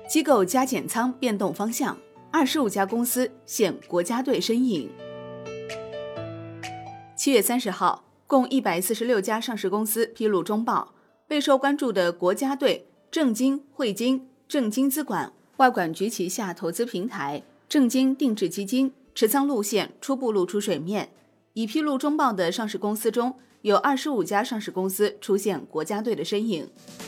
机构加减仓变动方向，25家公司现国家队身影。7月30号，共146家上市公司披露中报，备受关注的国家队、正金、汇金、正金资管、外管局旗下投资平台正金定制基金持仓路线初步露出水面。已披露中报的上市公司中，有25家上市公司出现国家队的身影。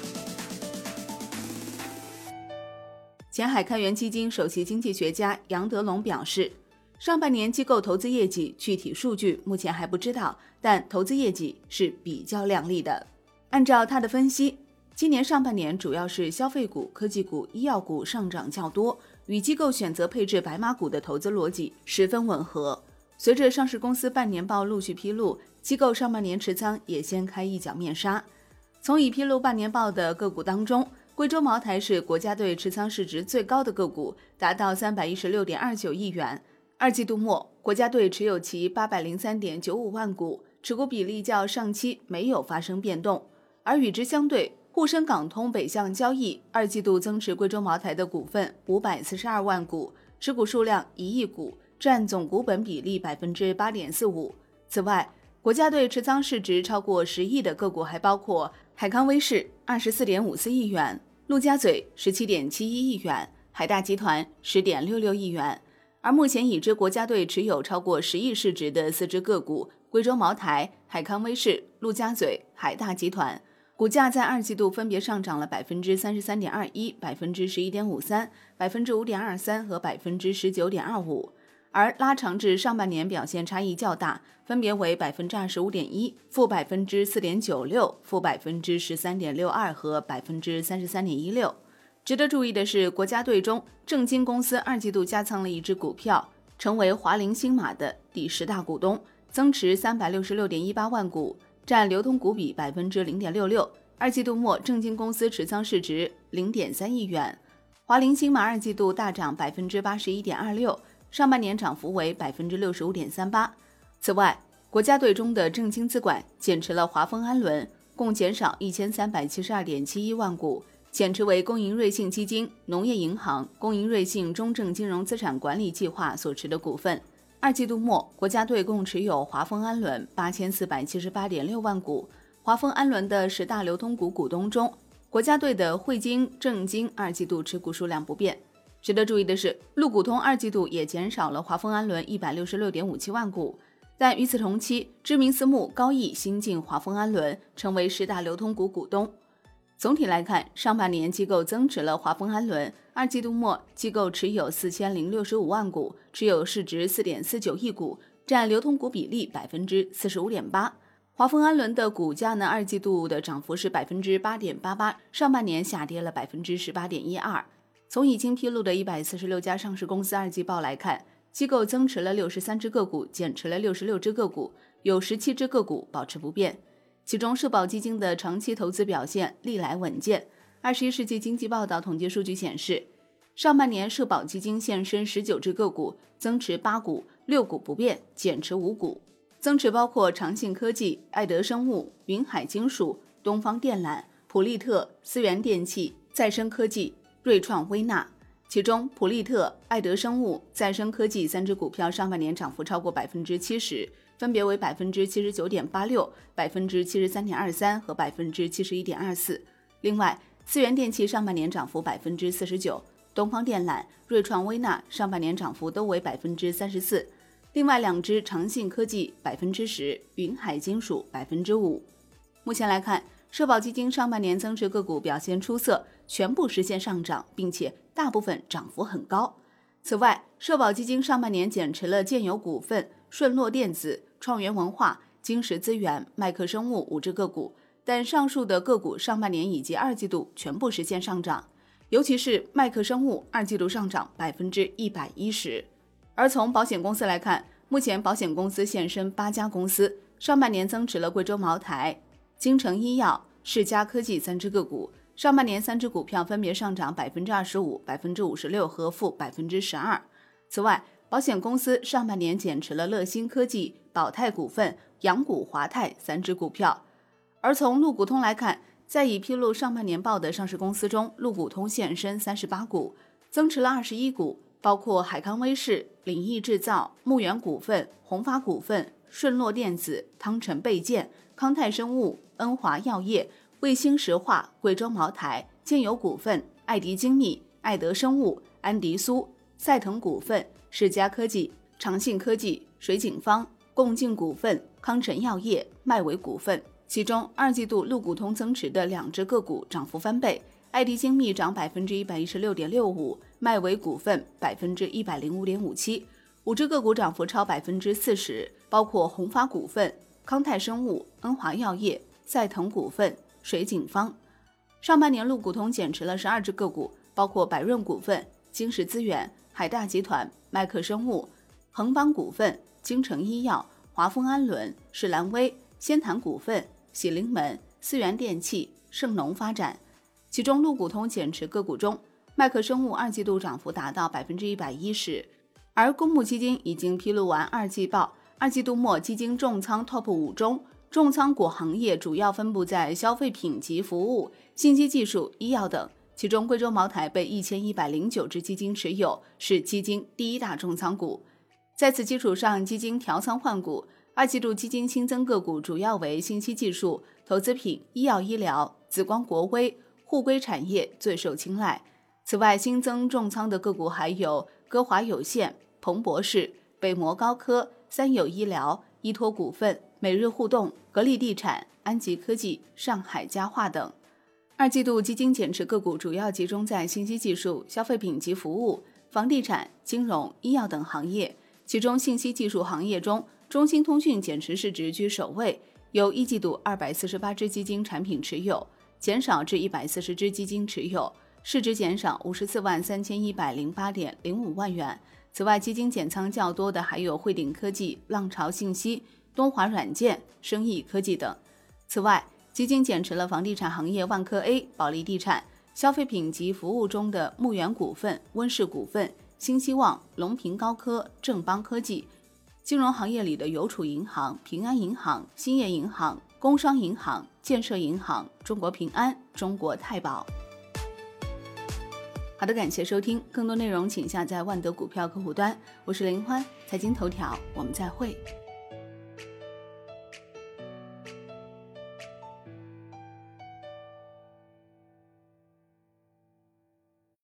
前海开源基金首席经济学家杨德龙表示，上半年机构投资业绩具体数据目前还不知道，但投资业绩是比较亮丽的。按照他的分析，今年上半年主要是消费股、科技股、医药股上涨较多，与机构选择配置白马股的投资逻辑十分吻合。随着上市公司半年报陆续披露，机构上半年持仓也先开一脚面纱。从已披露半年报的个股当中，贵州茅台是国家队持仓市值最高的个股，达到316.29亿元。二季度末，国家队持有其803.95万股，持股比例较上期没有发生变动。而与之相对，沪深港通北向交易二季度增持贵州茅台的股份542万股，持股数量1亿股，占总股本比例8.45%。此外，国家队持仓市值超过10亿的个股还包括海康威视24.54亿元、陆家嘴17.71亿元、海大集团10.66亿元。而目前已知国家队持有超过10亿市值的4只个股，贵州茅台、海康威视、陆家嘴、海大集团，股价在二季度分别上涨了 33.21%、11.53%、5.23% 和 19.25%。而拉长至上半年表现差异较大，分别为 25.1%、负 4.96%、负 13.62% 和 33.16%。值得注意的是，国家队中正金公司二季度加仓了一只股票，成为华菱新马的第10大股东，增持366.18万股，占流通股比 0.66%。二季度末，正金公司持仓市值 0.3亿元。华菱新马二季度大涨 81.26%， 上半年涨幅为 65.38%。此外，国家队中的正金资管减持了华丰安伦，共减少 1372.71万股，减持为工银瑞信基金、农业银行、工银瑞信中证金融资产管理计划所持的股份。二季度末，国家队共持有华丰安伦 8478.6万股。华丰安伦的10大流通股股东中，国家队的汇金、正金二季度持股数量不变。值得注意的是，陆股通二季度也减少了华丰安伦 166.57万股。但与此同期，知名私募高毅新进华丰安伦，成为10大流通股股东。总体来看，上半年机构增持了华丰安伦，二季度末机构持有4065万股，持有市值 4.49 亿股，占流通股比例 45.8%。华丰安伦的股价呢，二季度的涨幅是 8.88%， 上半年下跌了 18.12%。从已经披露的146家上市公司二季报来看，机构增持了63只个股，减持了66只个股，有17只个股保持不变。其中社保基金的长期投资表现历来稳健。21世纪经济报道统计数据显示，上半年社保基金现身19只个股，增持8股，6股不变，减持5股。增持包括长信科技、爱德生物、云海金属、东方电缆、普利特、思源电器、再生科技、瑞创微纳。其中普利特、爱德生物、再生科技3只股票上半年涨幅超过 70%， 分别为 79.86%、73.23% 和 71.24%。另外，思源电器上半年涨幅 49%， 东方电缆、瑞创微纳上半年涨幅都为 34%。另外2只长信科技 10%， 云海金属 5%。 目前来看，社保基金上半年增持个股表现出色，全部实现上涨，并且大部分涨幅很高。此外，社保基金上半年减持了建友股份、顺洛电子、创源文化、金石资源、麦克生物5只个股，但上述的个股上半年以及二季度全部实现上涨，尤其是麦克生物二季度上涨 110%。而从保险公司来看，目前保险公司现身8家公司，上半年增持了贵州茅台、京城医药、世嘉科技3只个股，上半年3只股票分别上涨 25%、56% 和负 12%。此外，保险公司上半年减持了乐新科技、宝泰股份、阳谷华泰3只股票。而从陆股通来看， 在已披露上半年报的上市公司中，陆股通现身38股，增持了21股，包括海康威视、领益制造、牧原股份、宏发股份、顺洛电子、汤臣倍健、康泰生物、恩华药业、卫星石化、贵州茅台、建友股份、爱迪精密、爱德生物、安迪苏、赛腾股份、世嘉科技、长信科技、水井坊、共进股份、康臣药业、迈维股份。其中二季度陆股通增持的2只个股涨幅翻倍，爱迪精密涨 116.65%， 迈维股份 105.57%，5只个股涨幅超 40%， 包括宏发股份、康泰生物、恩华药业、赛腾股份、水井坊。上半年陆股通减持了12只个股，包括百润股份、金石资源、海大集团、麦克生物、恒邦股份、京城医药、华丰安伦、世兰威、先谈股份、喜临门、思源电器、盛农发展。其中陆股通减持个股中，麦克生物二季度涨幅达到 110%， 而公募基金已经披露完二季报，二季度末基金重仓 TOP 5中，重仓股行业主要分布在消费品及服务、信息技术、医药等，其中贵州茅台被1109只基金持有，是基金第一大重仓股。在此基础上，基金调仓换股，二季度基金新增个股主要为信息技术、投资品、医药医疗、紫光国微、互硅产业最受青睐。此外，新增重仓的个股还有歌华有限、彭博士、北摩高科、三友医疗、依托股份、每日互动、格力地产、安吉科技、上海家化等。二季度基金减持个股主要集中在信息技术、消费品及服务、房地产、金融、医药等行业，其中信息技术行业中，中兴通讯减持市值居首位，有一季度248只基金产品持有，减少至140只基金持有，市值减少543108.05万元。此外，基金减仓较多的还有汇顶科技、浪潮信息、东华软件、生意科技等。此外，基金减持了房地产行业万科 A、保利地产，消费品及服务中的牧原股份、温氏股份、新希望、隆平高科、正邦科技，金融行业里的邮储银行、平安银行、兴业银行、工商银行、建设银行、中国平安、中国太保。好的，感谢收听，更多内容请下载万德股票客户端。我是林欢，财经头条，我们再会。